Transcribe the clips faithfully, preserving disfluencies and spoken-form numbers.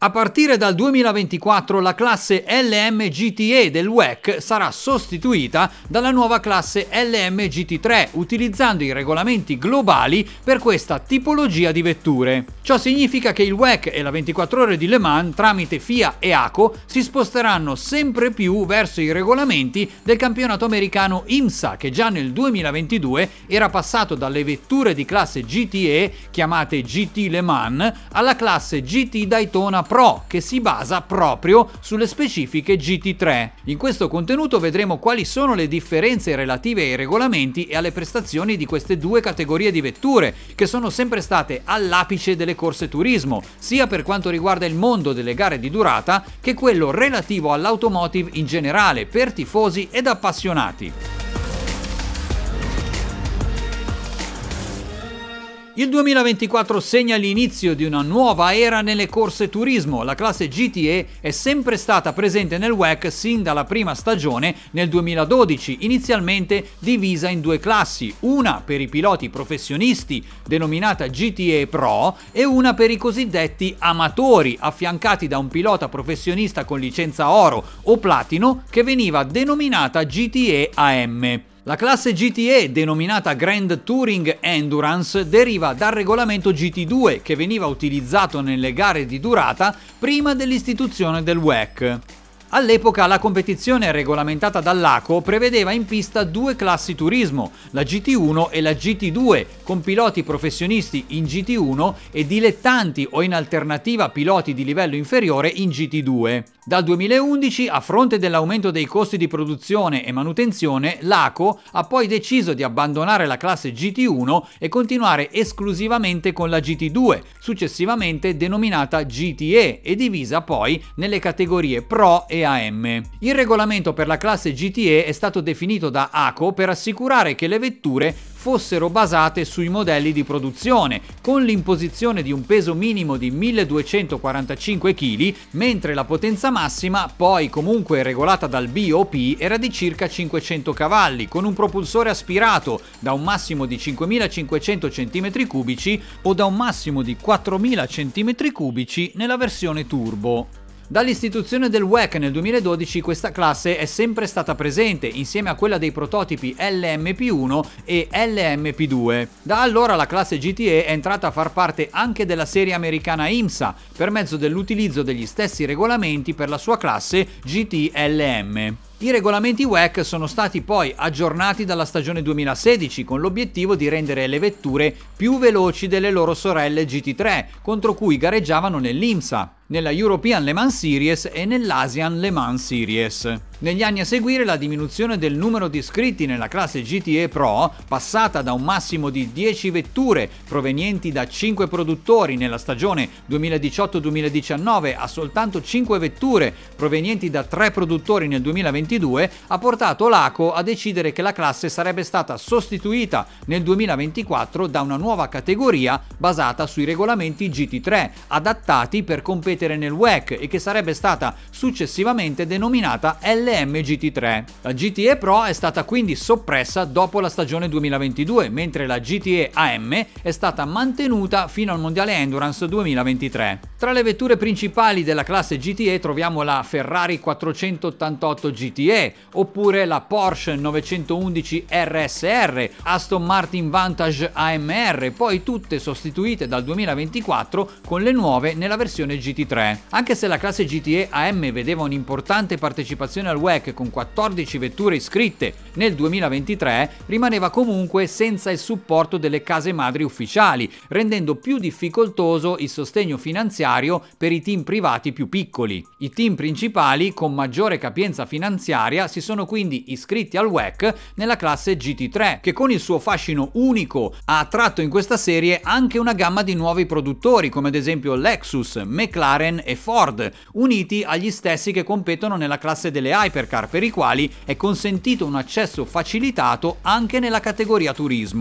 A partire dal duemilaventiquattro la classe L M G T E del W E C sarà sostituita dalla nuova classe L M G T tre, utilizzando i regolamenti globali per questa tipologia di vetture. Ciò significa che il W E C e la ventiquattro ore di Le Mans, tramite F I A e A C O, si sposteranno sempre più verso i regolamenti del campionato americano IMSA, che già nel duemilaventidue era passato dalle vetture di classe G T E, chiamate G T Le Mans, alla classe G T Daytona Pro, che si basa proprio sulle specifiche G T tre. In questo contenuto vedremo quali sono le differenze relative ai regolamenti e alle prestazioni di queste due categorie di vetture, che sono sempre state all'apice delle corse turismo, sia per quanto riguarda il mondo delle gare di durata che quello relativo all'automotive in generale, per tifosi ed appassionati. Il duemilaventiquattro segna l'inizio di una nuova era nelle corse turismo. La classe G T E è sempre stata presente nel W E C sin dalla prima stagione nel duemiladodici, inizialmente divisa in due classi, una per i piloti professionisti denominata G T E Pro e una per i cosiddetti amatori, affiancati da un pilota professionista con licenza oro o platino che veniva denominata G T E A M. La classe G T E, denominata Grand Touring Endurance, deriva dal regolamento G T due che veniva utilizzato nelle gare di durata prima dell'istituzione del W E C. All'epoca la competizione regolamentata dall'A C O prevedeva in pista due classi turismo, la G T uno e la G T due, con piloti professionisti in G T uno e dilettanti o in alternativa piloti di livello inferiore in G T due. Dal duemilaundici, a fronte dell'aumento dei costi di produzione e manutenzione, l'A C O ha poi deciso di abbandonare la classe G T uno e continuare esclusivamente con la G T due, successivamente denominata G T E e divisa poi nelle categorie Pro e A M. Il regolamento per la classe G T E è stato definito da A C O per assicurare che le vetture fossero basate sui modelli di produzione, con l'imposizione di un peso minimo di milleduecentoquarantacinque chili, mentre la potenza massima, poi comunque regolata dal B O P, era di circa cinquecento cavalli, con un propulsore aspirato da un massimo di cinquemilacinquecento centimetri cubici o da un massimo di quattromila centimetri cubici nella versione turbo. Dall'istituzione del W E C nel duemiladodici questa classe è sempre stata presente insieme a quella dei prototipi L M P uno e L M P due. Da allora la classe G T E è entrata a far parte anche della serie americana IMSA per mezzo dell'utilizzo degli stessi regolamenti per la sua classe G T L M. I regolamenti W E C sono stati poi aggiornati dalla stagione duemilasedici con l'obiettivo di rendere le vetture più veloci delle loro sorelle G T tre, contro cui gareggiavano nell'IMSA, nella European Le Mans Series e nell'Asian Le Mans Series. Negli anni a seguire la diminuzione del numero di iscritti nella classe G T E Pro, passata da un massimo di dieci vetture provenienti da cinque produttori nella stagione duemiladiciotto duemiladiciannove a soltanto cinque vetture provenienti da tre produttori nel duemilaventidue, ha portato l'A C O a decidere che la classe sarebbe stata sostituita nel duemilaventiquattro da una nuova categoria basata sui regolamenti G T tre, adattati per competere nel W E C e che sarebbe stata successivamente denominata L M G T tre. La G T E Pro è stata quindi soppressa dopo la stagione duemilaventidue, mentre la G T E A M è stata mantenuta fino al Mondiale Endurance duemilaventitré. Tra le vetture principali della classe G T E troviamo la Ferrari quattrocentottantotto G T E, oppure la Porsche novecentoundici R S R, Aston Martin Vantage A M R, poi tutte sostituite dal duemilaventiquattro con le nuove nella versione G T tre. Anche se la classe G T E A M vedeva un'importante partecipazione al W E C con quattordici vetture iscritte nel duemilaventitré, rimaneva comunque senza il supporto delle case madri ufficiali, rendendo più difficoltoso il sostegno finanziario per i team privati più piccoli. I team principali con maggiore capienza finanziaria si sono quindi iscritti al W E C nella classe G T tre, che con il suo fascino unico ha attratto in questa serie anche una gamma di nuovi produttori come ad esempio Lexus, McLaren e Ford, uniti agli stessi che competono nella classe delle hypercar, per i quali è consentito un accesso facilitato anche nella categoria turismo.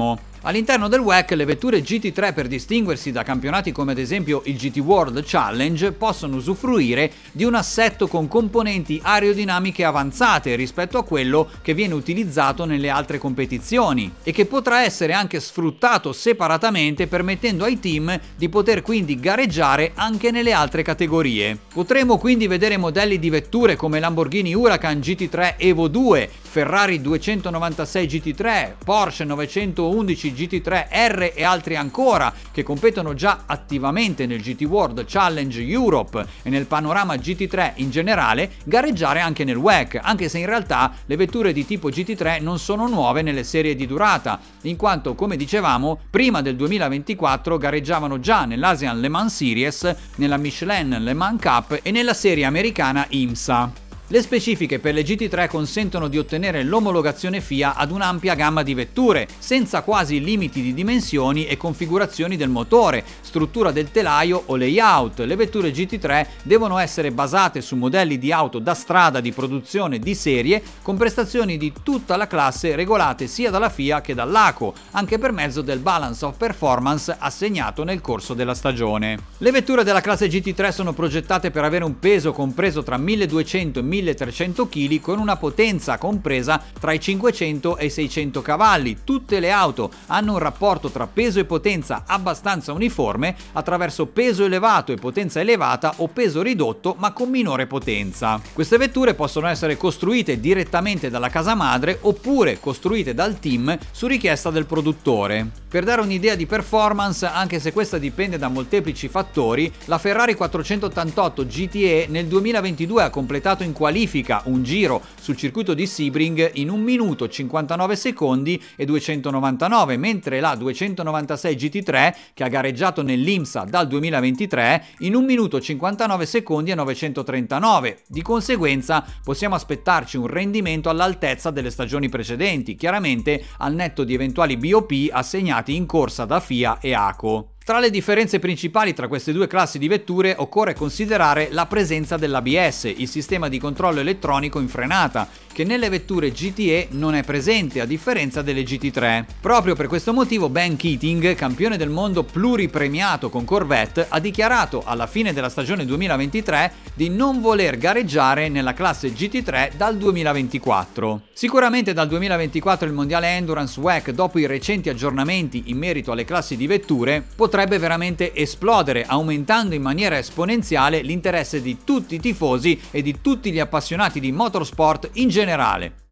All'interno del W E C le vetture G T tre, per distinguersi da campionati come ad esempio il G T World Challenge, possono usufruire di un assetto con componenti aerodinamiche avanzate rispetto a quello che viene utilizzato nelle altre competizioni e che potrà essere anche sfruttato separatamente, permettendo ai team di poter quindi gareggiare anche nelle altre categorie. Potremo quindi vedere modelli di vetture come Lamborghini Huracan G T tre Evo due, Ferrari duecentonovantasei G T tre, Porsche novecentoundici G T tre R e altri ancora che competono già attivamente nel G T World Challenge Europe e nel panorama G T tre in generale, gareggiare anche nel W E C, anche se in realtà le vetture di tipo G T tre non sono nuove nelle serie di durata, in quanto, come dicevamo, prima del duemilaventiquattro gareggiavano già nell'Asian Le Mans Series, nella Michelin Le Mans Cup e nella serie americana IMSA. Le specifiche per le G T tre consentono di ottenere l'omologazione F I A ad un'ampia gamma di vetture, senza quasi limiti di dimensioni e configurazioni del motore, struttura del telaio o layout. Le vetture G T tre devono essere basate su modelli di auto da strada di produzione di serie, con prestazioni di tutta la classe regolate sia dalla F I A che dall'A C O, anche per mezzo del Balance of Performance assegnato nel corso della stagione. Le vetture della classe G T tre sono progettate per avere un peso compreso tra milleduecento e milletrecento chili, con una potenza compresa tra i cinquecento e i seicento cavalli. Tutte le auto hanno un rapporto tra peso e potenza abbastanza uniforme attraverso peso elevato e potenza elevata o peso ridotto ma con minore potenza. Queste vetture possono essere costruite direttamente dalla casa madre oppure costruite dal team su richiesta del produttore. Per dare un'idea di performance, anche se questa dipende da molteplici fattori, la Ferrari quattrocentottantotto G T E nel duemilaventidue ha completato in qualifica un giro sul circuito di Sebring in un minuto cinquantanove secondi e duecentonovantanove, mentre la duecentonovantasei G T tre, che ha gareggiato nell'IMSA dal duemilaventitré, in un minuto cinquantanove secondi e novecentotrentanove. Di conseguenza possiamo aspettarci un rendimento all'altezza delle stagioni precedenti, chiaramente al netto di eventuali B O P assegnati in corsa da F I A e A C O. Tra le differenze principali tra queste due classi di vetture occorre considerare la presenza dell'A B S, il sistema di controllo elettronico in frenata, che nelle vetture G T E non è presente, a differenza delle G T tre. Proprio per questo motivo Ben Keating, campione del mondo pluripremiato con Corvette, ha dichiarato alla fine della stagione duemilaventitré di non voler gareggiare nella classe G T tre dal duemilaventiquattro. Sicuramente dal duemilaventiquattro il mondiale Endurance W E C, dopo i recenti aggiornamenti in merito alle classi di vetture, potrebbe veramente esplodere, aumentando in maniera esponenziale l'interesse di tutti i tifosi e di tutti gli appassionati di motorsport in generale.